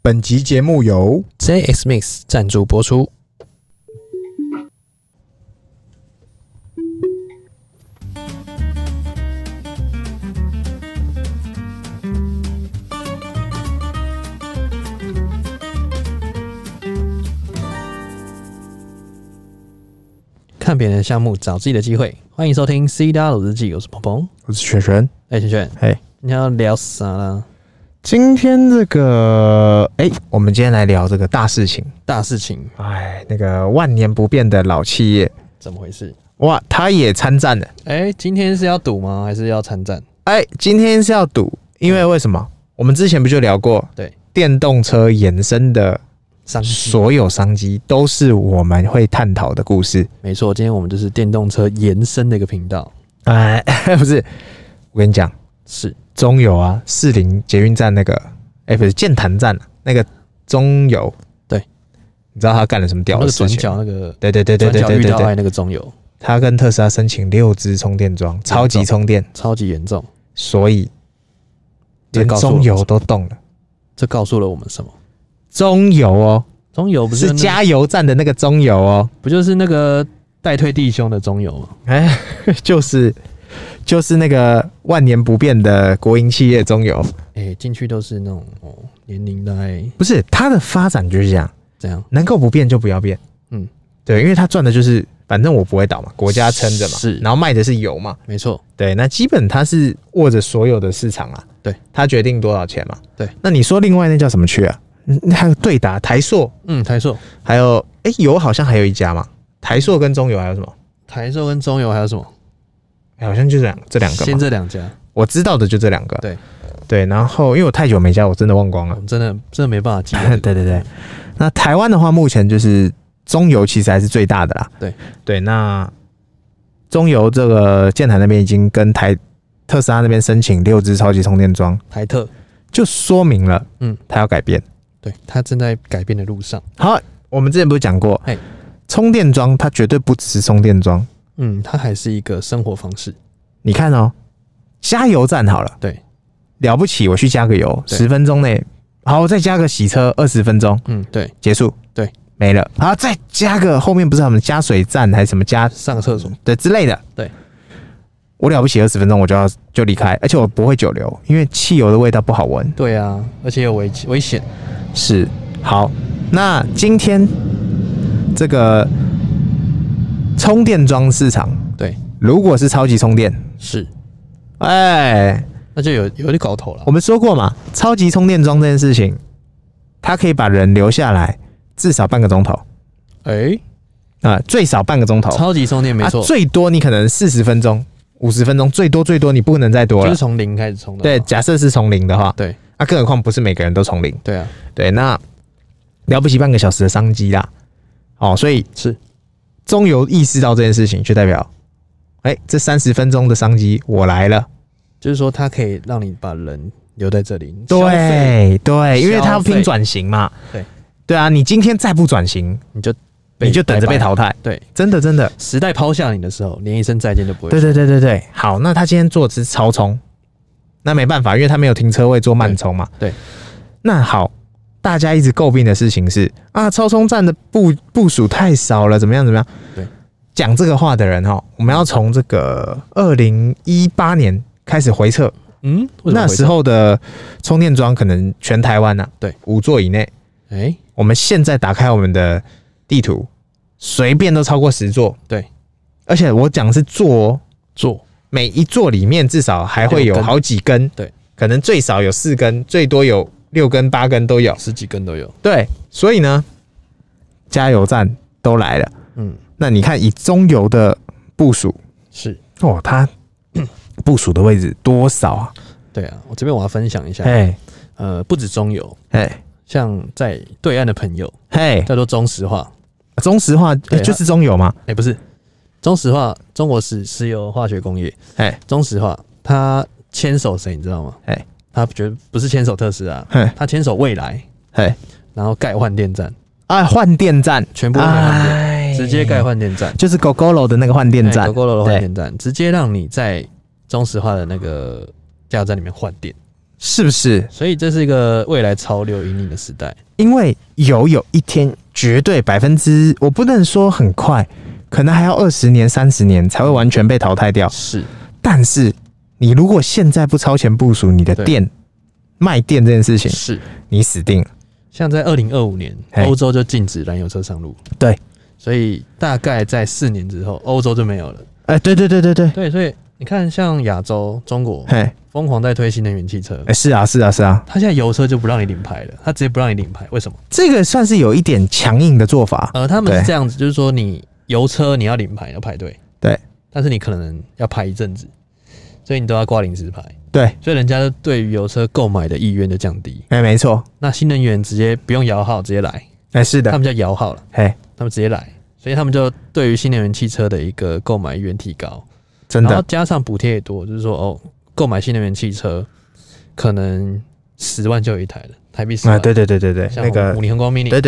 本集节目由 JX Mix 赞助播出。看别人的项目，找自己的机会。欢迎收听《CW 日记》，我是鹏鹏， 我是璇璇。 璇璇，你要聊啥啦？ 今天这个，我们今天来聊这个大事情。 大事情， 那个万年不变的老企业， 怎么回事？ 哇，他也参战了。 今天是要赌吗？还是要参战？ 今天是要赌，因为什么？我们之前不就聊过， 对， 电动车衍生的所有商机都是我们会探讨的故事。 没错，今天我们就是电动车延伸的一个频道。 不是，我跟你讲， 是中油啊，士林捷运站那个，不是剑潭站那个中油， 对， 你知道他干了什么屌的事情？ 转角那个， 对， 转角遇到爱那个中油， 他跟特斯拉申请6支充电桩，超级充电， 超级严重， 所以连中油都动了。 这告诉了我们什么？ 中油哦， 中油不是加油站的那个中油哦， 不就是那个代退弟兄的中油吗？ 就是那个万年不变的国营企业中油。 进去都是那种年龄大概不是它的发展就是这样， 这样能够不变就不要变。对，因为它赚的就是反正我不会倒嘛，国家撑着嘛， 是， 然后卖的是油嘛， 没错。 对，那基本它是握着所有的市场啊， 对， 它决定多少钱嘛。 对， 那你说另外那叫什么区啊？还有对达、台塑， 台塑， 还有油好像还有一家嘛，台塑跟中油还有什么？ 台塑跟中油还有什么？ 好像就这两个嘛。 先这两家， 我知道的就这两个。对，然后因为我太久没加，我真的忘光了， 我真的没办法记。 对，那台湾的话，目前就是中油其实还是最大的啦。对，那中油这个建台那边已经跟特斯拉那边申请6支超级充电桩， 台特就说明了，它要改变。 对，它正在改变的路上。 好，我们之前不是讲过，充电桩它绝对不只是充电桩， 它还是一个生活方式。 你看哦，加油站好了， 对， 了不起，我去加个油，10分钟内，好，我再加个洗车20分钟， 对， 结束， 对， 没了。好，再加个后面不是什么加水站还是什么加上个厕所， 对之类的， 对， 我了不起20分钟我就离开，而且我不会久留，因为汽油的味道不好闻。 对啊，而且有危险。 是，好，那今天这个充电桩市场， 对， 如果是超级充电， 是， 那就有点搞头了。 我们说过嘛，超级充电桩这件事情，它可以把人留下来至少半个钟头，最少半个钟头。 超级充电没错， 最多你可能40分钟、50分钟，最多你不可能再多了， 就是从零开始充的。 对，假设是从零的话， 对， 更何况不是每个人都从零。 对啊， 对，那了不起半个小时的商机啦。所以是中油意识到这件事情，就代表，这30分钟的商机我来了。 就是说，它可以让你把人留在这里。 对，因为它要拼转型嘛。对啊，你今天再不转型，你就等着被淘汰。 对， 真的， 时代抛下你的时候，连一声再见都不会。 对。好，那他今天做的是超充，那没办法，因为他没有停车位做慢充嘛。 对。 那好，大家一直诟病的事情是超充站的部署太少了，怎么样？ 对。 讲这个话的人我们要从这个2018年开始回测。那时候的充电桩可能全台湾对，5座以内。我们现在打开我们的地图，随便都超过10座。对，而且我讲是座，每一座里面至少还会有好几根。对，可能最少有4根，最多有6根、8根都有 ，10几根都有。 对，所以呢，加油站都来了。那你看以中油的部署是它部署的位置多少啊？ 对啊，我这边我要分享一下。不止中油，像在对岸的朋友，叫做中石化。 中石化就是中油吗？ 不是，中石化，中国石油化学工业。中石化，他牵手谁你知道吗？他觉得不是牵手特斯拉，他牵手蔚来，然后盖换电站。 换电站， 全部换电，直接盖换电站， 就是 Gogoro 的那个换电站 ，Gogoro 的换电站，直接让你在中石化的那个加油站里面换电。 是不是？ 所以这是一个未来潮流引领的时代。 因为有一天绝对我不能说很快，可能还要20年、30年才会完全被淘汰掉。 是， 但是你如果现在不超前部署你的电卖电这件事情， 是你死定了。 像在2025年，欧洲就禁止燃油车上路。对，所以大概在4年之后，欧洲就没有了。 对， 所以你看，像亚洲、中国，疯狂在推新能源汽车。 是啊。 他现在油车就不让你领牌了，他直接不让你领牌，为什么？ 这个算是有一点强硬的做法。 他们是这样子，就是说你油车你要领牌要排队，对，但是你可能要排一阵子，所以你都要挂临时牌。对，所以人家对于油车购买的意愿就降低。没错。那新能源直接不用摇号，直接来。是的，他们叫摇号了。他们直接来，所以他们就对于新能源汽车的一个购买意愿提高。真的，然后加上补贴也多，就是说购买新能源汽车可能10万就有一台了，台币10万。对，像那个5菱宏光 mini， 对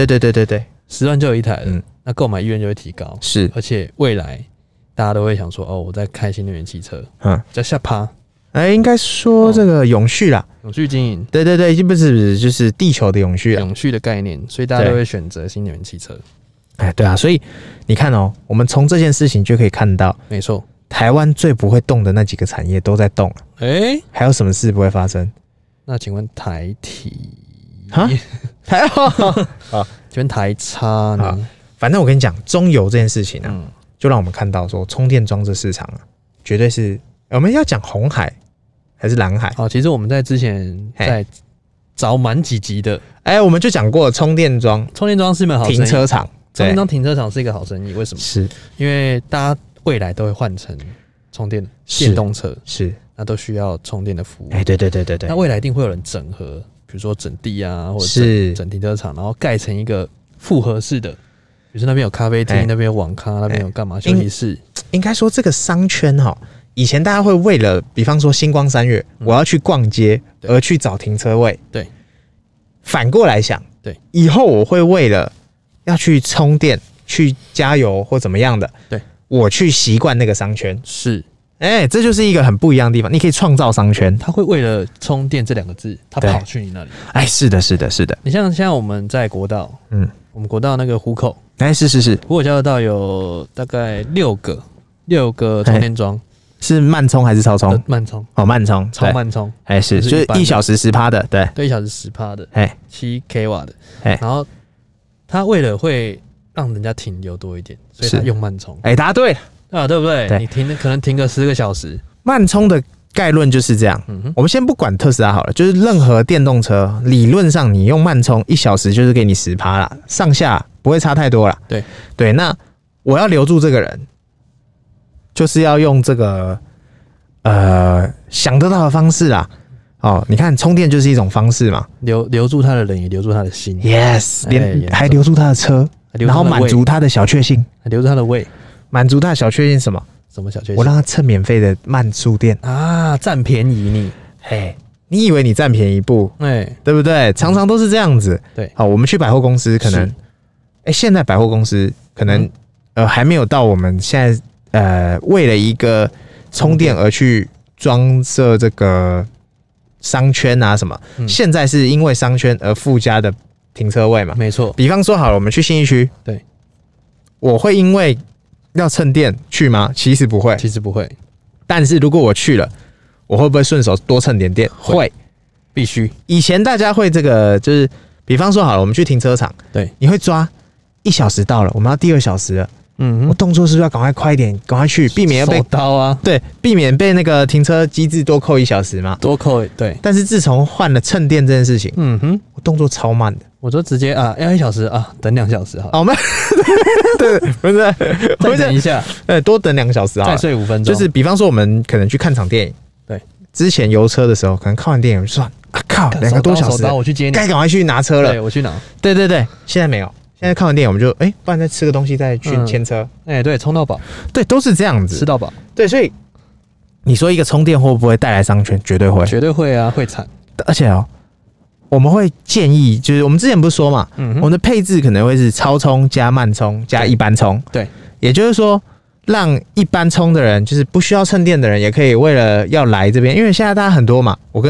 ，10万就有一台了。那购买意愿就会提高。是，而且未来大家都会想说，我在开新能源汽车，叫下趴。应该说这个永续啦，永续经营。对，已经不是就是地球的永续了，永续的概念，所以大家都会选择新能源汽车。对啊，所以你看我们从这件事情就可以看到，没错。台湾最不会动的那几个产业都在动了，还有什么事不会发生？那请问台体台请问台差呢？反正我跟你讲，中油这件事情就让我们看到说，充电桩这市场绝对是我们要讲红海还是蓝海？其实我们在之前在找蛮几集的，我们就讲过充电桩是一门好生意，停车场，充电桩停车场是一个好生意，为什么？是因为大家未来都会换成充电电动车，是那都需要充电的服务。对，那未来一定会有人整合，比如说整地啊，或者整停车场，然后盖成一个复合式的，比如说那边有咖啡厅，那边有网咖，那边有干嘛休息室。应该说这个商圈以前大家会为了，比方说星光3月，我要去逛街而去找停车位。对，反过来想，对，以后我会为了要去充电、去加油或怎么样的，对，我去习惯那个商圈。是，这就是一个很不一样的地方。你可以创造商圈，他会为了充电这2个字，他跑去你那里。是的。你像现在我们在国道，我们国道那个湖口，是，湖口交流道有大概6个充电桩。是慢充还是超充？慢充。慢充，超慢充。是，就是1小时10%的，对，1小时10%的，7 kW 的。然后他为了会让人家停留多一点，所以他用慢充。答对了对不对？你可能停个10个小时。慢充的概论就是这样。我们先不管特斯拉好了，就是任何电动车，理论上你用慢充1小时就是给你10%啦，上下不会差太多啦。对，那我要留住这个人。就是要用这个想得到的方式啦。你看充电就是一种方式嘛，留住他的人，也留住他的心。Yes， 还留住他的车，然后满足他的小确幸，留住他的胃，满足他的小确幸什么？什么小确幸？我让他蹭免费的慢速电啊，占便宜你。你以为你占便宜不？对不对？常常都是这样子。对，我们去百货公司，可能现在百货公司可能还没有到我们现在。为了一个充电而去装设这个商圈啊什么，现在是因为商圈而附加的停车位嘛？没错。比方说好了，我们去信义区，对，我会因为要蹭电去吗？其实不会，但是如果我去了，我会不会顺手多蹭点电？会，必须。以前大家会这个，就是比方说好了，我们去停车场，对，你会抓1小时到了，我们要第2小时了。我动作是不是要赶快快一点，赶快去，避免要被手刀啊？对，避免被那个停车机制多扣1小时嘛？多扣对。但是自从换了蹭电这件事情，我动作超慢的，我就直接要1小时等2小时好了。我们对，不是再等一下，多等2小时啊，再睡5分钟。就是比方说我们可能去看场电影，对，之前油车的时候，可能看完电影就算靠2个多小时，我去接你，该赶快去拿车了。对，我去拿。对，现在没有。现在看完电影，我们就不然再吃个东西再去牵车。对，充到饱。对，都是这样子，吃到饱。对，所以你说一个充电会不会带来商圈？绝对会，绝对会啊，会惨。而且我们会建议，就是我们之前不是说嘛，我们的配置可能会是超充加慢充加一般充。对，也就是说，让一般充的人，就是不需要蹭电的人，也可以为了要来这边，因为现在大家很多嘛，我跟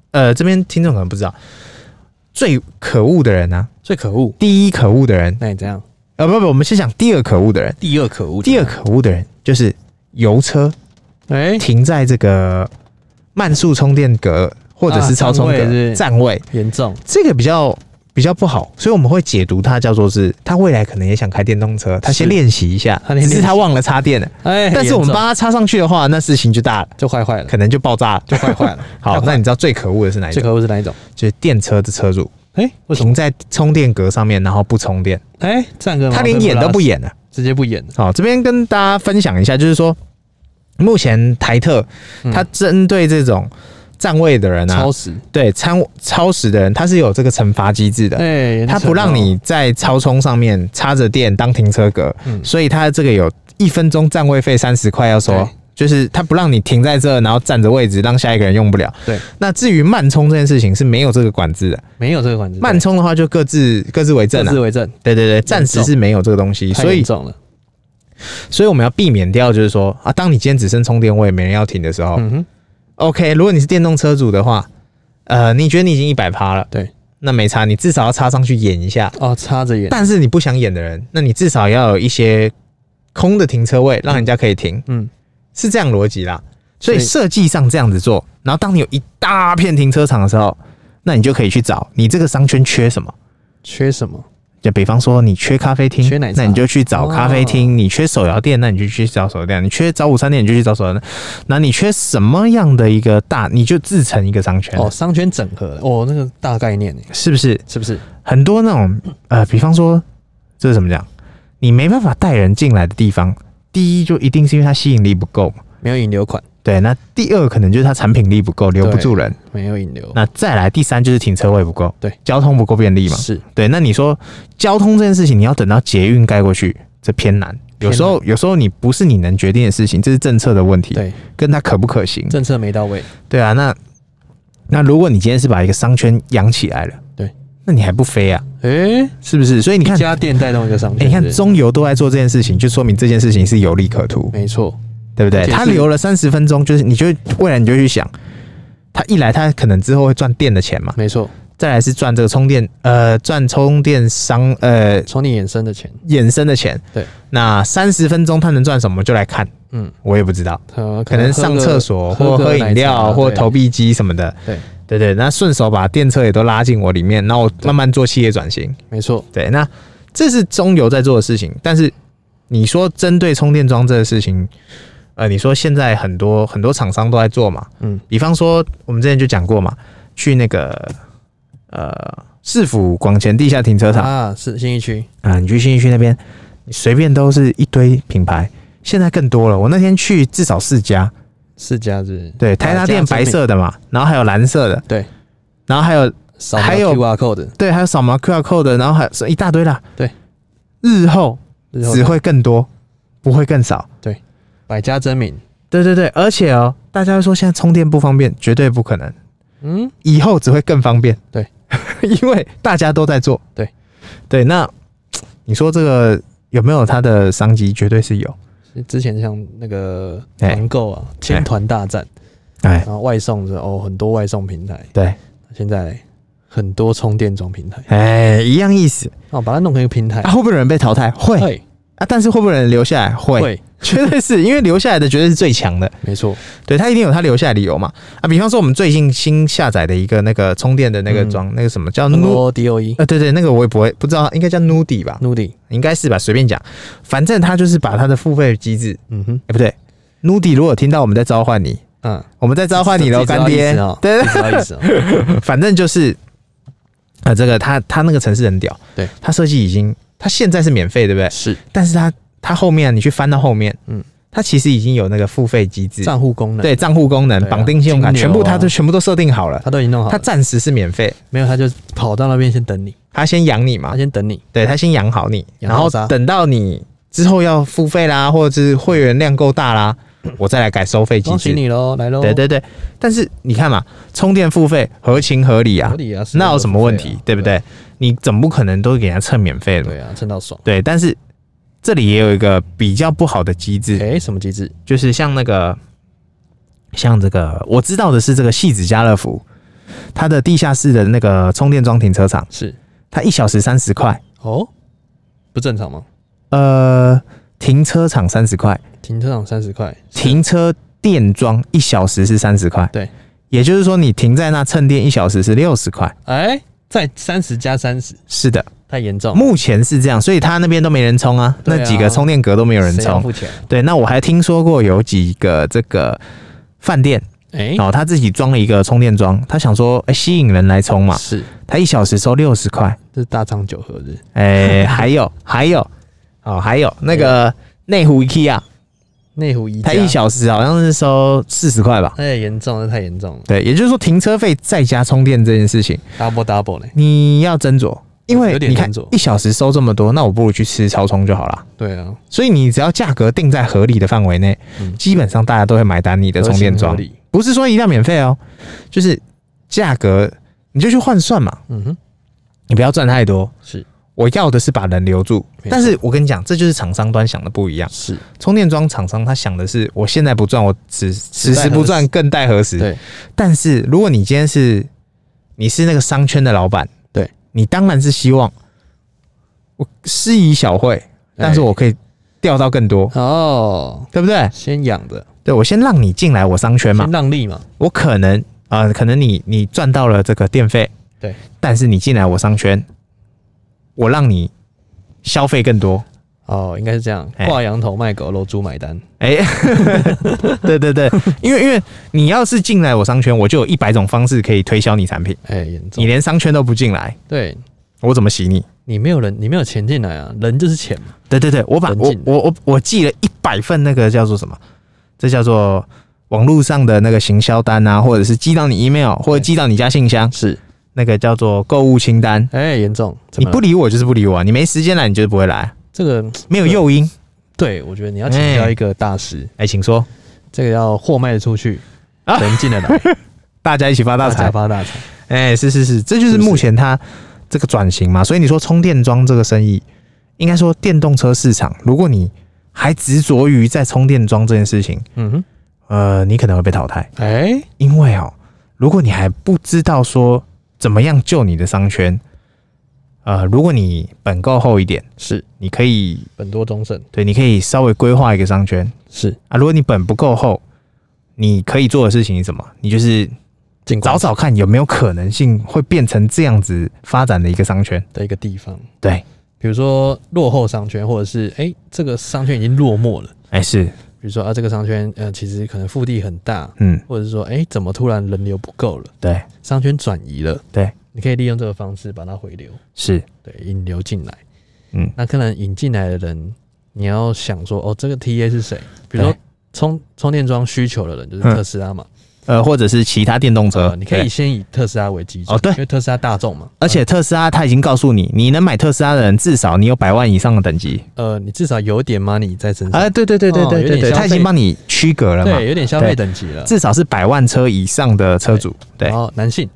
这边听众可能不知道，最可恶的人啊， 最可恶， 第一可恶的人， 那你怎样？ 不，我们先讲第二可恶的人。 第二可恶的人就是油车，停在这个慢速充电格或者是超充格站位， 严重， 这个比较不好，所以我们会解读它叫做是他未来可能也想开电动车，他先练习一下，只是他忘了插电了。但是我们帮他插上去的话，那事情就大了， 就坏了， 可能就爆炸了， 就坏了。 好，那你知道最可恶的是哪一种？ 最可恶是哪一种？ 就是电车的车主，停在充电格上面，然后不充电， 这样个他连演都不演了， 直接不演了。 好，这边跟大家分享一下，就是说，目前台特他针对这种站位的人啊，超时的人，他是有这个惩罚机制的，他不让你在超充上面插着电当停车格，所以他这个有1分钟站位费30块要收。就是他不让你停在这，然后占着位置，让下一个人用不了。对，那至于慢充这件事情是没有这个管制的， 没有这个管制。 慢充的话就各自为政，各自为政。对，暂时是没有这个东西， 太严重了。 所以我们要避免掉，就是说啊，当你今天只剩充电位，没人要停的时候，OK， 如果你是电动车主的话，你觉得你已经100%了，对，那没差，你至少要插上去演一下插着演。 但是你不想演的人，那你至少要有一些空的停车位，让人家可以停。是这样逻辑啦，所以设计上这样子做，然后当你有一大片停车场的时候，那你就可以去找你这个商圈缺什么，就比方说你缺咖啡厅，那你就去找咖啡厅；你缺手摇店，那你就去找手摇店；你缺早午餐店，你就去找手摇店。那你缺什么样的一个你就自成一个商圈。 商圈整合那个大概念是不是？ 是不是很多那种比方说这是怎么讲？你没办法带人进来的地方。第一就一定是因为它吸引力不够嘛， 没有引流款。 对，那第二可能就是它产品力不够，留不住人， 没有引流。 那再来第三就是停车位不够， 对， 交通不够便利嘛。是，对。那你说交通这件事情，你要等到捷运盖过去，这偏难。有时候你不是你能决定的事情，这是政策的问题，对，跟它可不可行， 政策没到位。 对啊，那如果你今天是把一个商圈养起来了，对。那你还不飞啊？是不是？所以你看， 一家店带动一个商圈。 你看中油都在做这件事情，就说明这件事情是有利可图。 没错， 对不对？他留了30分钟，就是未来你就去想，他一来他可能之后会赚电的钱嘛？ 没错。 再来是赚这个充电，赚充电充电衍生的钱。对。那30分钟他能赚什么？就来看。我也不知道，可能上厕所或喝饮料或投币机什么的。对，那顺手把电车也都拉进我里面，然后我慢慢做企业转型。 没错， 对，那这是中油在做的事情。但是你说针对充电桩这个事情，你说现在很多厂商都在做嘛，比方说我们之前就讲过嘛，去那个市府广前地下停车场是信义区你去信义区那边，你随便都是一堆品牌，现在更多了。我那天去至少4家。 4家是， 对，台达电白色的嘛，然后还有蓝色的，对，然后还有 QR code 的， 对，还有扫描 QR code 的，然后还有一大堆啦， 对， 日后只会更多，不会更少， 对，百家争鸣， 对，而且大家会说现在充电不方便，绝对不可能，以后只会更方便，对，因为大家都在做，对，那你说这个有没有它的商机？绝对是有。 之前像那个团购千团大战，然后外送的很多外送平台，对，现在很多充电桩平台， 一样意思。 把它弄成一个平台， 会不会有人被淘汰？会但是会不会有人留下来？会，绝对是因为留下来的绝对是最强的， 没错。对， 他一定有他留下来的理由嘛。比方说我们最近新下载的一个那个充电的那个桩，那个什么叫 NUDOE？ 对，那个我也不知道，应该叫 Nudi 吧 ？Nudi 应该是吧，随便讲，反正他就是把他的付费机制，不对 ，Nudi 如果听到我们在召唤你，我们在召唤你喽，干爹，对，反正就是这个他那个程式很屌，对，他设计已经。它现在是免费，对不对？是，但是它后面你去翻到后面，它其实已经有那个付费机制， 账户功能， 对，账户功能，绑定信用卡，它全部都设定好了， 它都已经弄好了。 它暂时是免费， 没有，它就跑到那边先等你， 它先养你嘛， 它先等你， 对，它先养好你，然后等到你之后要付费啦，或者是会员量够大啦，我再来改收费机制。 恭喜你喽，来喽！ 对，但是你看嘛，充电付费合情合理啊，那有什么问题？对不对？你总不可能都给人家蹭免费的， 对啊，蹭到爽。 对，但是这里也有一个比较不好的机制， 什么机制？ 就是像这个，我知道的是这个戏子家乐福， 它的地下室的那个充电桩停车场是， 它1小时30块哦，不正常吗？ 停车场30块， 停车场30块， 停车电桩1小时是30块， 对， 也就是说你停在那蹭电1小时是60块， 再30加30， 是的， 太严重了。 目前是这样，所以他那边都没人充啊，那几个充电格都没有人充，对，那我还听说过有几个这个饭店。他自己装了一个充电桩，他想说，吸引人来充嘛， 是， 他1小时收60块， 这是大昌9盒子， 还有那个内湖 IKEA， 他1小时好像是收40块吧， 严重，这太严重了。 对，也就是说停车费再加充电这件事情 double 嘞， 你要斟酌。因为你看1小时收这么多，那我不如去吃超充就好了。 对啊， 所以你只要价格定在合理的范围内，基本上大家都会买单你的充电桩。不是说一定要免费哦，就是价格你就去换算嘛。你不要赚太多。是，我要的是把人留住。但是我跟你讲，这就是厂商端想的不一样。是，充电桩厂商他想的是，我现在不赚，我此时不赚，更待何时？对。但是如果你今天你是那个商圈的老板。你当然是希望我施以小惠，但是我可以调到更多哦，对不对？ 先养的， 对，我先让你进来我商圈嘛， 先让利嘛。 我可能你赚到了这个电费，对，但是你进来我商圈，我让你消费更多。 哦，应该是这样，挂羊头卖狗肉，猪买单。 对对对，因为你要是进来我商圈，我就有100种方式可以推销你产品。严重，你连商圈都不进来，对，我怎么洗你？ 你没有钱进来啊，人就是钱嘛。 对对对，我寄了100份那个叫做什么？这叫做网络上的那个行销单啊，或者是寄到你 email， 或者寄到你家信箱，是那个叫做购物清单。 严重， 你不理我就是不理我，你没时间来，你就是不会来。这个没有诱因， 对，我觉得你要请教一个大师。 请说， 这个要货卖得出去，人进得来， 大家一起发大财， 发大财。 是，这就是目前它这个转型嘛。所以你说充电桩这个生意，应该说电动车市场，如果你还执着于在充电桩这件事情，你可能会被淘汰。因为如果你还不知道说怎么样救你的商圈。如果你本够厚一点，是你可以本多终胜， 对，你可以稍微规划一个商圈，是如果你本不够厚，你可以做的事情是什么？你就是找找看有没有可能性会变成这样子发展的一个商圈的一个地方。 对， 比如说落后商圈，或者是这个商圈已经落寞了， 是， 比如说这个商圈其实可能腹地很大，或者是说怎么突然人流不够了，对，商圈转移了，对。你可以利用这个方式把它回流，是对引流进来。那可能引进来的人，你要想说，这个 TA 是谁？比如说充电桩需求的人就是特斯拉嘛， 或者是其他电动车， 你可以先以特斯拉为基准，对，因为特斯拉大众嘛， 而且特斯拉他已经告诉你，你能买特斯拉的人，至少你有100万以上的等级， 你至少有点 money 在身上， 对，他已经帮你区隔了嘛， 对，有点消费等级了， 至少是100万车以上的车主，对， 然后男性。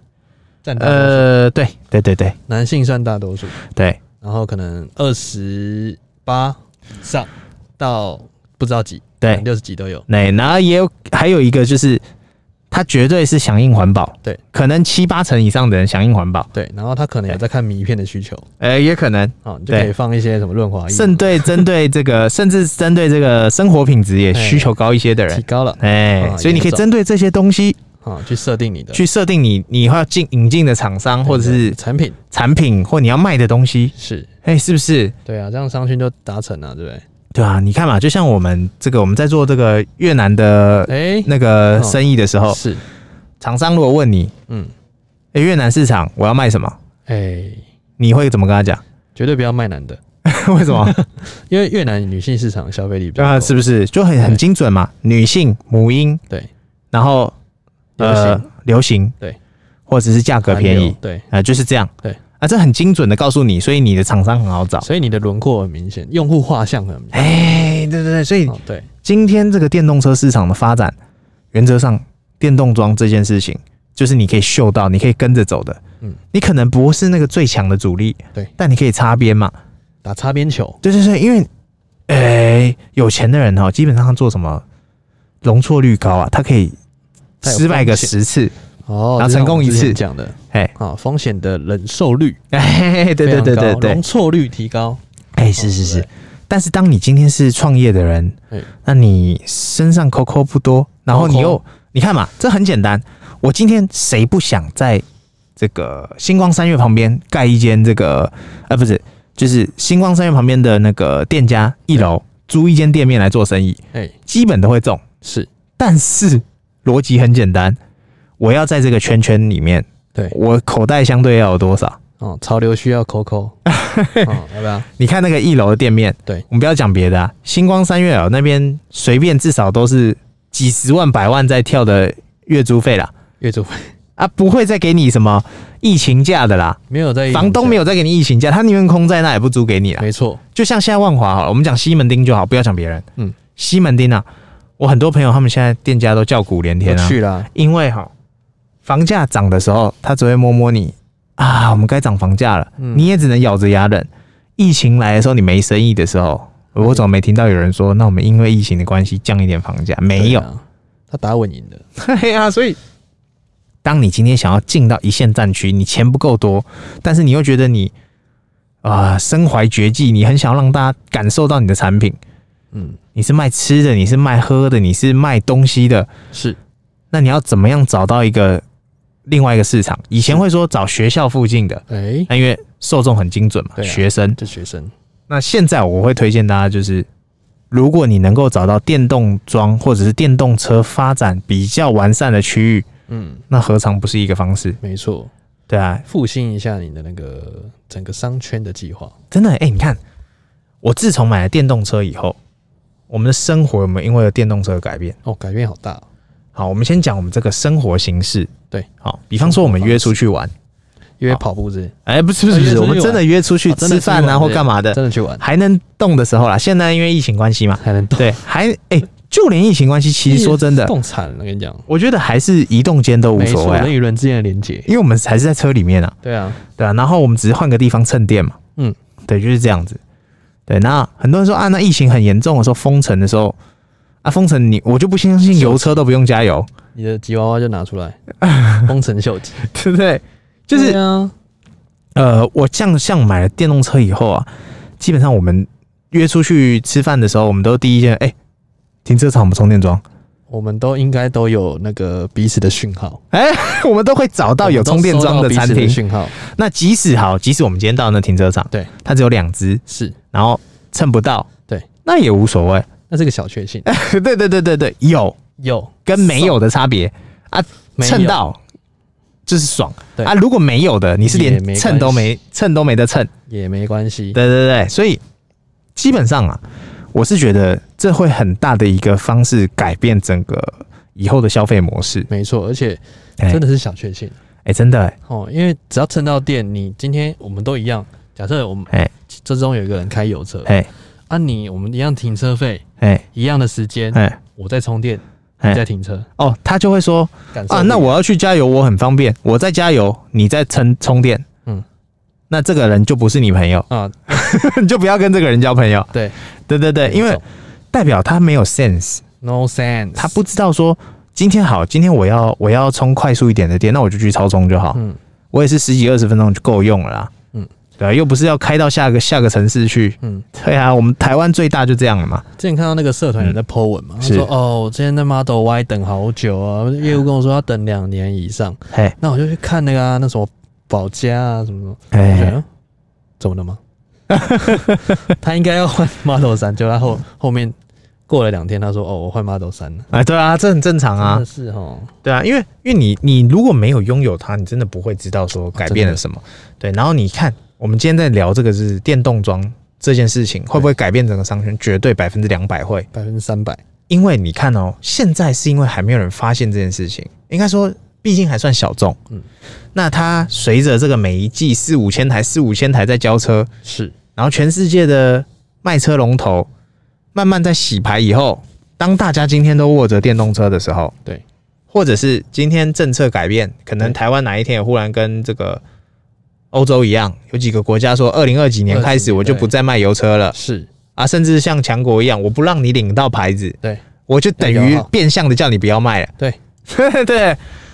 对， 男性算大多数， 对， 然后可能28以上到不知道几，对，60几都有， 对，然后还有一个就是，他绝对是响应环保，对，可能7、8成以上的人响应环保， 对，然后他可能有在看迷片的需求， 也可能， 你就可以放一些什么润滑液， 针对这个，甚至针对这个生活品质也需求高一些的人， 提高了， 所以你可以针对这些东西。 去设定你要引进的厂商或者是产品或你要卖的东西是，是不是？ 对啊，这样商圈就达成了，对不对？ 对啊，你看嘛，就像我们在做这个越南的那个生意的时候，是厂商如果问你，越南市场我要卖什么？你会怎么跟他讲？ 绝对不要卖男的， 为什么？ 因为越南女性市场消费力比较高， 是不是就很精准嘛？女性母婴，对，然后。流行对，或者是价格便宜对，就是这样对这很精准的告诉你，所以你的厂商很好找， 所以你的轮廓很明显，用户画像很明显， 对，所以对今天这个电动车市场的发展，原则上电动桩这件事情，就是你可以嗅到，你可以跟着走的，你可能不是那个最强的主力，对，但你可以擦边嘛， 打擦边球， 对，因为有钱的人基本上做什么容错率高啊，他可以失败个10次， 哦， 然后成功一次讲的，风险的忍受率， 对， 容错率提高， 是。但是当你今天是创业的人，那你身上扣扣不多，然后你看嘛，这很简单。我今天谁不想在这个星光三月旁边盖一间这个不是，就是星光三月旁边的那个店家1楼租一间店面来做生意，基本都会中。 是， 但是逻辑很简单，我要在这个圈圈里面，我口袋相对要有多少？ 潮流需要扣，要不要？ 你看那个1楼的店面，我们不要讲别的啊，星光三月那边随便至少都是几十万、100万在跳的月租费啦， 月租费啊，不会再给你什么疫情价的啦， 没有在， 房东没有再给你疫情价，他宁愿空在那也不租给你啦， 没错。就像现在万华好了，我们讲西门町就好，不要讲别人。西门町啊，我很多朋友他们现在店家都叫苦连天啊， 去啦， 因为房价涨的时候，他只会摸摸你啊，我们该涨房价了，你也只能咬着牙忍。疫情来的时候，你没生意的时候，我怎么没听到有人说，那我们因为疫情的关系降一点房价？没有， 他打稳赢的。 对啊，所以当你今天想要进到一线战区，你钱不够多，但是你又觉得你身怀绝技，你很想要让大家感受到你的产品。你是卖吃的，你是卖喝的，你是卖东西的， 是。 那你要怎么样找到另外一个市场？以前会说找学校附近的，那因为受众很精准嘛，学生。那现在我会推荐大家，就是如果你能够找到电动装或者是电动车发展比较完善的区域，那何尝不是一个方式？ 没错， 对啊， 复兴一下你的那个整个商圈的计划。 真的，你看，我自从买了电动车以后，我们的生活有没有因为电动车改变？ 改变好大。 好，我们先讲我们这个生活形式。对，好，比方说我们约出去玩， 约跑步之类，不是，我们真的约出去吃饭啊，或干嘛的， 真的去玩， 还能动的时候啦。现在因为疫情关系嘛， 还能动， 对，就连疫情关系，其实说真的， 动惨了，跟你讲， 我觉得还是移动间都无所谓， 人与人之间的连结， 因为我们还是在车里面啊。 对啊， 然后我们只是换个地方蹭电嘛，对，就是这样子。对，那很多人说那疫情很严重的时候，封城的时候。封城我就不相信油车都不用加油， 你的吉娃娃就拿出来，封城秀吉， 对不对？就是我像买了电动车以后啊，基本上我们约出去吃饭的时候，我们都第一件，停车场我们充电桩， 我们都应该都有那个彼此的讯号， 我们都会找到有充电桩的餐厅讯号。 那即使我们今天到那停车场， 对， 它只有2只， 是， 然后蹭不到， 对， 那也无所谓。 那是个小确幸， 对，有跟没有的差别啊，蹭到就是爽，对啊，如果没有的，你是连蹭都没得蹭， 也没关系， 对，所以基本上啊，我是觉得这会很大的一个方式改变整个以后的消费模式， 没错，而且真的是小确幸， 真的因为只要蹭到电，你今天我们都一样，假设我们这中有一个人开油车，我们一样停车费，一样的时间，我在充电，你在停车， 他就会说那我要去加油，我很方便，我在加油，你在充电，那这个人就不是你朋友啊，你就不要跟这个人交朋友，对，因为代表他没有 sense，no sense， 他不知道说今天我要充快速一点的电，那我就去超充就好，我也是10几20分钟就够用了啦。对啊，又不是要开到下个城市去。对啊，我们台湾最大就这样了嘛。 之前看到那个社团有在 po 文嘛，他说我之前在 Model Y 等好久啊，业务跟我说要等2年以上。那我就去看那个那什么保家啊什么什么，我觉得怎么了吗？他应该要换 Model 3，结果他后面过了2天，他说我换 Model 3了。 对啊，这很正常啊。 真的是齁。对啊，因为你如果没有拥有它，你真的不会知道说改变了什么。对，然后你看。我们今天在聊这个是电动装这件事情，会不会改变整个商圈？绝对200%会 ，300%。 因为你看现在是因为还没有人发现这件事情，应该说毕竟还算小众。那它随着这个每一季4、5千台在交车， 是， 然后全世界的卖车龙头慢慢在洗牌以后，当大家今天都握着电动车的时候， 对， 或者是今天政策改变，可能台湾哪一天也忽然跟这个欧洲一样，有几个国家说2020几年开始我就不再卖油车了， 是啊，甚至像强国一样，我不让你领到牌子， 对， 我就等于变相的叫你不要卖了， 对对，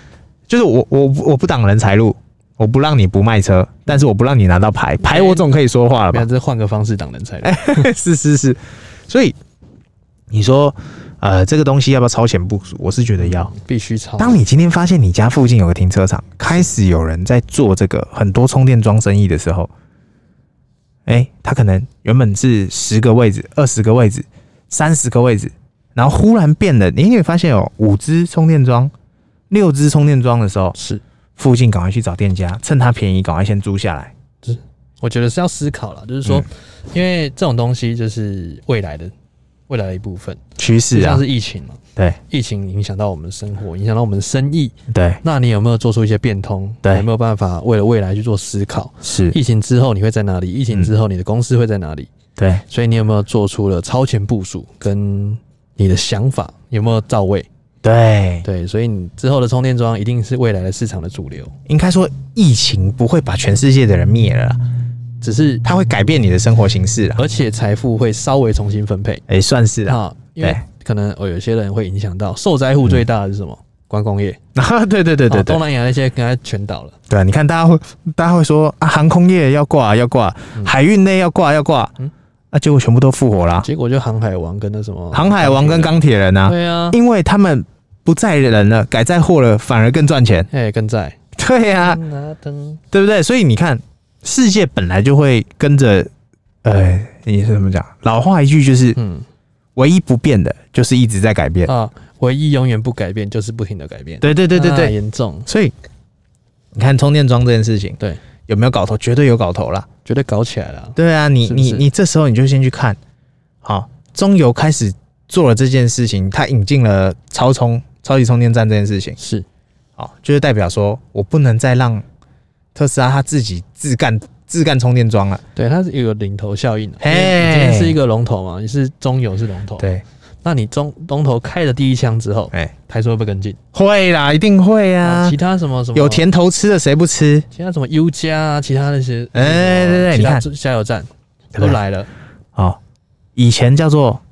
就是我不挡人财路，我不让你不卖车，但是我不让你拿到牌，我总可以说话了吧？ 这换个方式挡人财路。 是，所以你说这个东西要不要超前部署？我是觉得要， 必须超。 当你今天发现你家附近有个停车场，开始有人在做这个很多充电桩生意的时候，他可能原本是10个位置、20个位置、30个位置，然后忽然变了，你会发现有5支充电桩、6支充电桩的时候， 是附近赶快去找店家，趁它便宜赶快先租下来。 我觉得是要思考啦，就是说，因为这种东西就是未来的一部分趋势啊， 像是疫情嘛， 对， 疫情影响到我们的生活，影响到我们的生意， 对， 那你有没有做出一些变通？对，有没有办法为了未来去做思考？ 是， 疫情之后你会在哪里？疫情之后你的公司会在哪里？对，所以你有没有做出了超前部署，跟你的想法有没有到位？对，所以你之后的充电桩一定是未来的市场的主流。 应该说，疫情不会把全世界的人灭了啦， 只是它会改变你的生活形式啦， 而且财富会稍微重新分配。 算是啦， 因为可能有些人会影响到受灾户最大的是什么？观光业啊，对， 东南亚那些跟它全倒了。 对啊，你看大家会说啊，航空业要挂，海运类要挂，结果全部都复活啦。 结果就航海王跟那什么航海王跟钢铁人啊， 对啊， 因为他们不载人了，改载货了，反而更赚钱。 更载。 对啊，对不对？所以你看，世界本来就会跟着，你是怎么讲？老话一句就是，唯一不变的就是一直在改变啊，唯一永远不改变就是不停的改变。 对， 严重。 所以你看充电桩这件事情， 对， 有没有搞头？绝对有搞头啦， 绝对搞起来了。 对啊，你这时候你就先去看，好，中油开始做了这件事情，它引进了超级充电站这件事情， 是， 好，就是代表说我不能再让特斯拉它自己自干充电桩了。 对，它是有领头效应的。你今天是一个龙头嘛，你是中油是龙头， 对， 那你龙头开了第一枪之后，台车会不会跟进？ 会啦，一定会啊。 其他什么有甜头吃的谁不吃？ 其他什么 U 加啊，其他那些， 对，你看加油站都来了。 好，以前叫做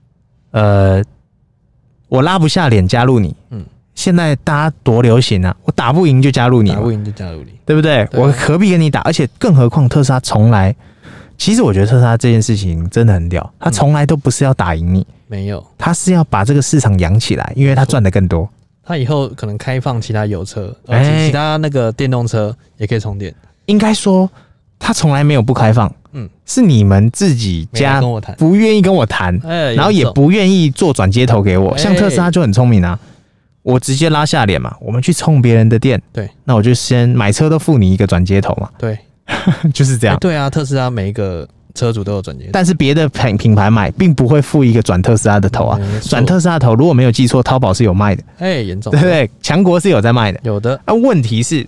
我拉不下脸加入你，现在大家多流行啊！我打不赢就加入你，对不对？我何必跟你打？而且更何况特斯拉从来，其实我觉得特斯拉这件事情真的很屌，他从来都不是要打赢你， 没有， 他是要把这个市场养起来，因为他赚得更多。 他以后可能开放其他油车，其他那个电动车也可以充电。 应该说，他从来没有不开放，是你们自己家不愿意跟我谈，然后也不愿意做转接头给我。像特斯拉就很聪明啊，我直接拉下脸嘛，我们去充别人的电，对，那我就先买车都付你一个转接头嘛，对，就是这样。 对啊，特斯拉每一个车主都有转接头， 但是别的品牌买并不会付一个转特斯拉的头啊，转特斯拉的头如果没有记错，淘宝是有卖的， 严重， 对不对？强国是有在卖的， 有的。 问题是，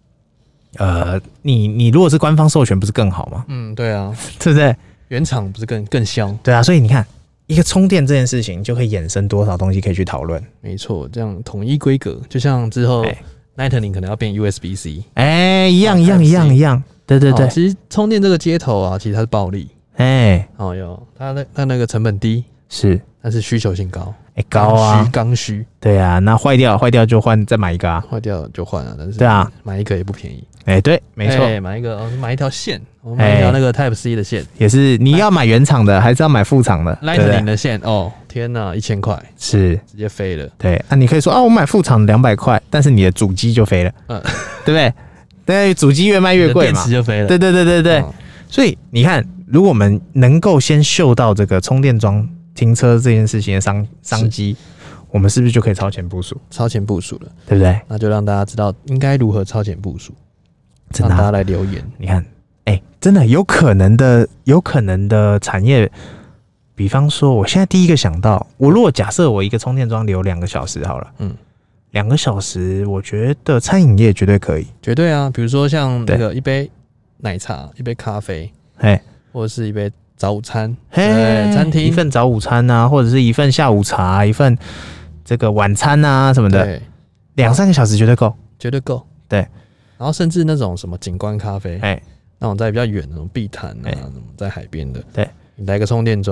你如果是官方授权，不是更好吗？ 对啊， 对不对？ 原厂不是更香？ 对啊，所以你看，一个充电这件事情就可以衍生多少东西可以去讨论。 没错，这样统一规格，就像之后 Lightning 可能要变 USB-C， 一样。对， 其实充电这个接头啊，其实它是暴利，它那个成本低， 是， 但是需求性高。 高啊， 刚需， 对啊，那坏掉就换，再买一个啊， 坏掉就换啊，但是对啊， 买一个也不便宜， 对，没错， 买一个买一条线，我买一条那个 Type C 的线， 也是你要买原厂的还是要买副厂的 Lightning 的线？天哪，1000块是直接飞了， 对，你可以说我买副厂200块，但是你的主机就飞了，对不对？对，主机越卖越贵嘛， 电池就飞了， 对，所以你看，如果我们能够先嗅到这个充电桩停车这件事情的商机，我们是不是就可以超前部署了？对不对？ 那就让大家知道应该如何超前部署， 让大家来留言。 你看，真的有可能的产业，比方说，我现在第一个想到，我如果假设我一个充电桩留2个小时好了，2个小时，我觉得餐饮业绝对可以， 绝对啊！比如说像那个一杯奶茶、一杯咖啡，或者是一杯早午餐，餐厅一份早午餐啊，或者是一份下午茶，一份这个晚餐啊什么的，2-3个小时绝对够，对。 然后甚至那种什么景观咖啡，那种在比较远的那种碧潭啊，在海边的，对，你来个充电桩，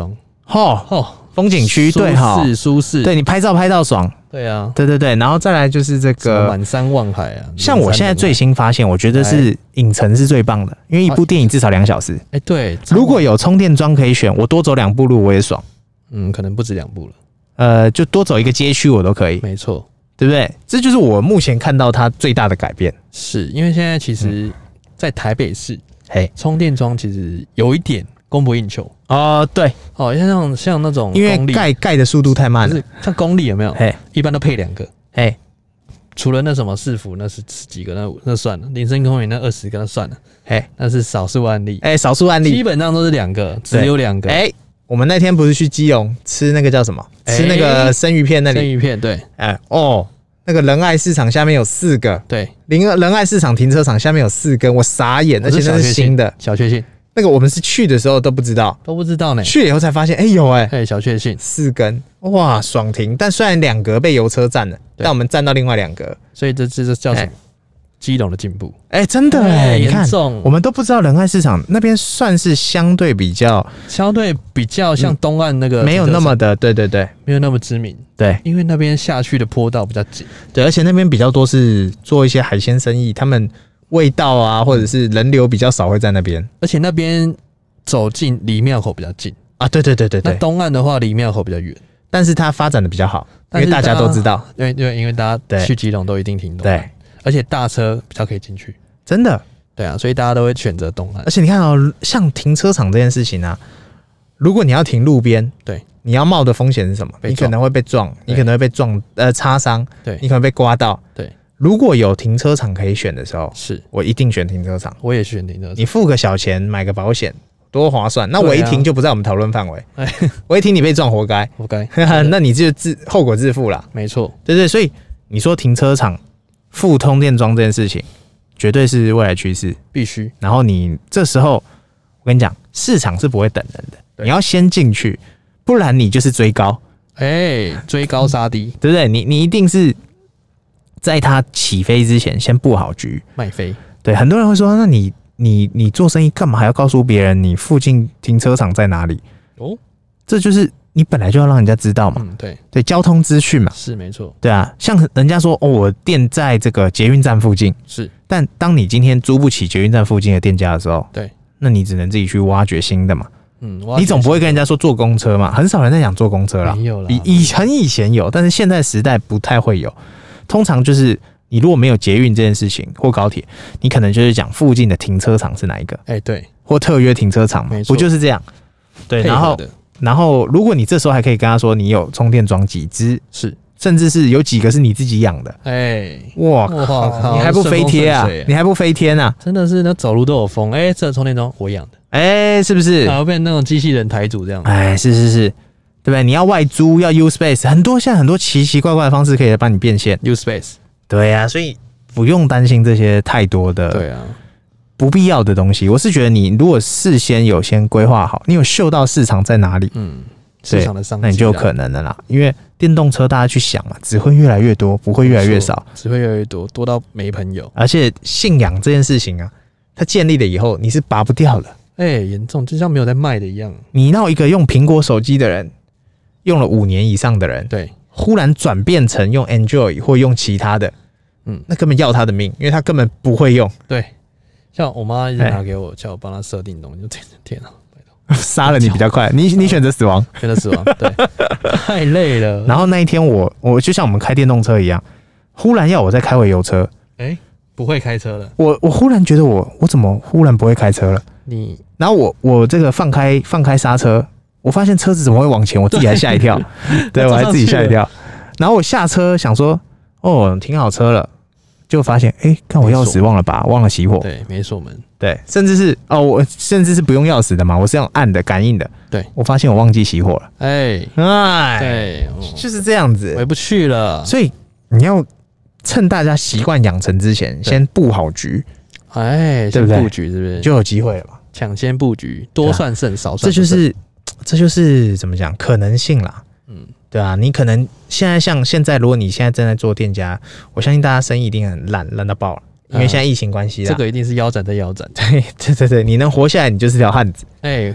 风景区对哈， 舒适， 对你拍照拍到爽， 对啊， 对，然后再来就是这个满山望海啊。 像我现在最新发现，我觉得是影城是最棒的，因为一部电影至少2小时。 对， 如果有充电桩可以选，我多走2步路我也爽。 可能不止2步了。 就多走一个街区我都可以。 没错， 对不对？这就是我目前看到它最大的改变。 是因为现在其实，在台北市，充电桩其实有一点供不应求。 对， 像那种， 因为盖的速度太慢了。 像公立有没有？一般都配2个。除了那什么市府那10几个，那算了。林森公园那20个那算了。那是少数案例。少数案例基本上都是2个，只有2个。 我们那天不是去基隆吃那个叫什么？吃那个生鱼片那里。 生鱼片对。 那个仁爱市场下面有4个。 对。 仁爱市场停车场下面有4根，我傻眼，而且那是新的。 小确幸。 那个我们是去的时候都不知道呢， 去了以后才发现，有小确幸 4根，哇，爽停。但虽然2格被油车占了，但我们占到另外2格， 所以这叫什么？基隆的进步。 真的你看，我们都不知道仁爱市场那边算是相对比较像东岸那个没有那么的，对， 没有那么知名， 对， 因为那边下去的坡道比较紧， 对，而且那边比较多是做一些海鲜生意，他们味道啊，或者是人流比较少会在那边， 而且那边走进离庙口比较近啊，对。 那东岸的话离庙口比较远， 但是它发展的比较好，因为大家都知道， 对，因为大家去基隆都一定停东岸，对，而且大车比较可以进去， 真的， 对啊，所以大家都会选择东岸。 而且你看像停车场这件事情啊，如果你要停路边， 对， 你要冒的风险是什么？你可能会被撞，你可能会被擦伤，对，你可能被刮到，对。如果有停车场可以选的时候，我一定选停车场。 我也选停车场。 你付个小钱买个保险，多划算。那违停就不在我们讨论范围。违停你被撞活该，那你就后果自负啦。 没错， 对，所以你说停车场附充电桩这件事情，绝对是未来趋势， 必须。 然后你这时候，我跟你讲，市场是不会等人的，你要先进去，不然你就是追高。 追高杀低， 对不对？你一定是。在它起飞之前，先布好局， 卖飞。对， 很多人会说，那你做生意干嘛还要告诉别人你附近停车场在哪里？这就是你本来就要让人家知道嘛。对，交通资讯嘛， 是没错。 对啊，像人家说我店在这个捷运站附近， 是， 但当你今天租不起捷运站附近的店家的时候， 对， 那你只能自己去挖掘新的嘛。你总不会跟人家说坐公车嘛？很少人在讲坐公车啦， 没有啦， 很以前有，但是现在时代不太会有。通常就是你如果没有捷运这件事情或高铁，你可能就是讲附近的停车场是哪一个， 对， 或特约停车场嘛，不就是这样？对，然后如果你这时候还可以跟他说你有充电桩几支，是，甚至是有几个是你自己养的，哇靠，你还不飞贴啊？你还不飞天啊？ 真的是那走路都有风，这充电桩我养的，是不是？ 然后变成那种机器人台主这样， 是。对不对？你要外租，要 U space， 现在很多奇奇怪怪的方式可以帮你变现 U space。 对啊，所以不用担心这些太多的不必要的东西。我是觉得你如果事先有先规划好，你有嗅到市场在哪里， 市场的商机， 那你就有可能的啦。因为电动车大家去想嘛，只会越来越多，不会越来越少， 只会越来越多，多到没朋友。 而且信仰这件事情啊，它建立了以后，你是拔不掉了。 严重，就像没有在卖的一样。 你让一个用苹果手机的人，用了5年以上的人， 对， 忽然转变成用 Android 或用其他的，那根本要他的命，因为他根本不会用。 对，像我妈一直拿给我，叫我帮她设定东西，就天啊， 杀了你比较快，你选择死亡， 选择死亡，对，太累了。 然后那一天我就像我们开电动车一样，忽然要我再开回油车， 不会开车了。 我忽然觉得我怎么忽然不会开车了？然后我这个放开刹车。我发现车子怎么会往前，我自己还吓一跳，对，我还自己吓一跳。然后我下车想说，停好车了，就发现，看我钥匙忘了拔，忘了熄火， 对，没锁门， 对，甚至是我甚至是不用钥匙的嘛，我是用按的感应的， 对， 我发现我忘记熄火了， 对， 就是这样子， 回不去了。 所以你要趁大家习惯养成之前，先布好局， 对不对？布局是不是就有机会了嘛？ 抢先布局，多算胜，少算胜，这就是怎么讲可能性啦，对啊，你可能现在如果你现在正在做店家，我相信大家生意一定很烂到爆了， 因为现在疫情关系啦， 这个一定是腰斩再腰斩。 对，你能活下来，你就是条汉子。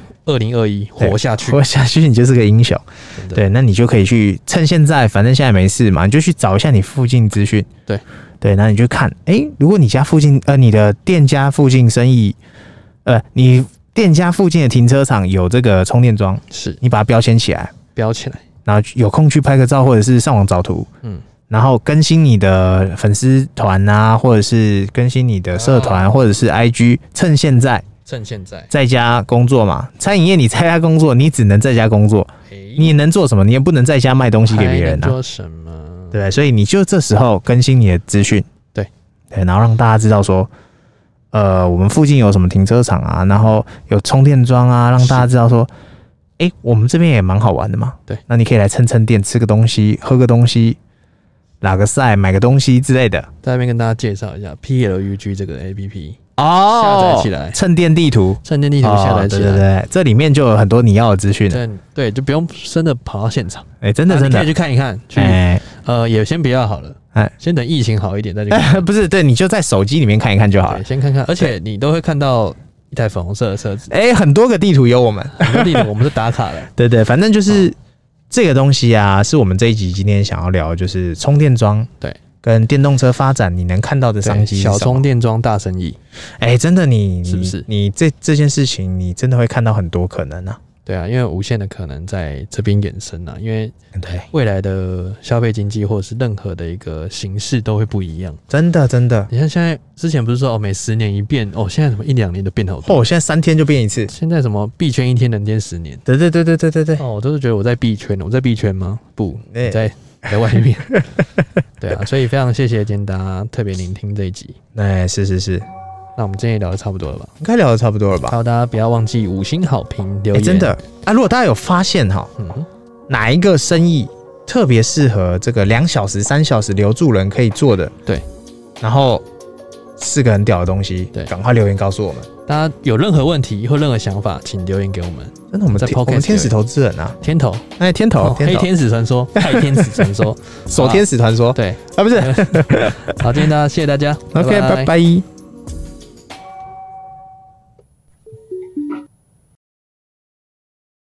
2021活下去， 活下去，你就是个英雄。对，那你就可以去趁现在，反正现在没事嘛，你就去找一下你附近资讯。对，那你就看，如果你家附近，你的店家附近生意，你店家附近的停车场有这个充电桩， 是你把它标签起来，然后有空去拍个照，或者是上网找图，然后更新你的粉丝团啊，或者是更新你的社团，或者是 IG， 趁现在在家工作嘛，餐饮业你在家工作，你只能在家工作，你能做什么？你也不能在家卖东西给别人啊。 做什么？ 对，所以你就这时候更新你的资讯，对，然后让大家知道说，我们附近有什么停车场啊，然后有充电桩啊，让大家知道说，我们这边也蛮好玩的嘛。对，那你可以来蹭店，吃个东西，喝个东西。打个赛，买个东西之类的， 在那边跟大家介绍一下 PLUG 这个 APP 下载起来， 蹭店地图下载起来， 对，这里面就有很多你要的资讯。 对，就不用真的跑到现场， 真的可以去看一看，也先不要好了，先等疫情好一点再去看。 不是，对，你就在手机里面看一看就好了， 先看看，而且你都会看到一台粉红色的车子， 很多个地图有我们， 很多地图我们是打卡的，对，反正就是。这个东西啊，是我们这一集今天想要聊的，就是充电桩，对，跟电动车发展你能看到的商机， 小充电桩大生意。 真的是不是？你这件事情，你真的会看到很多可能啊。 对啊，因为无限的可能在这边衍生啊，因为未来的消费经济或者是任何的一个形式都会不一样。真的，你看现在之前不是说每10年一变现在什么1-2年都变好多。 现在3天就变一次。 现在什么币圈1天人间10年。 对。 我都是觉得我在币圈，我在币圈吗？不，你在外面。对啊，所以非常谢谢今天大家特别聆听这一集。 是。 那我们今天也聊得差不多了吧？ 应该聊得差不多了吧？ 还有大家不要忘记5星好评留言。 真的啊！如果大家有发现哪一个生意特别适合这个2小时、3小时留住人可以做的，对，然后是个很屌的东西，对，赶快留言告诉我们。 大家有任何问题或任何想法，请留言给我们。 真的，我们天使投资人啊， 天头， 天头， 黑天使传说，太天使传说， 守天使传说， 对不是。 好，今天谢谢大家 ，OK， 拜拜。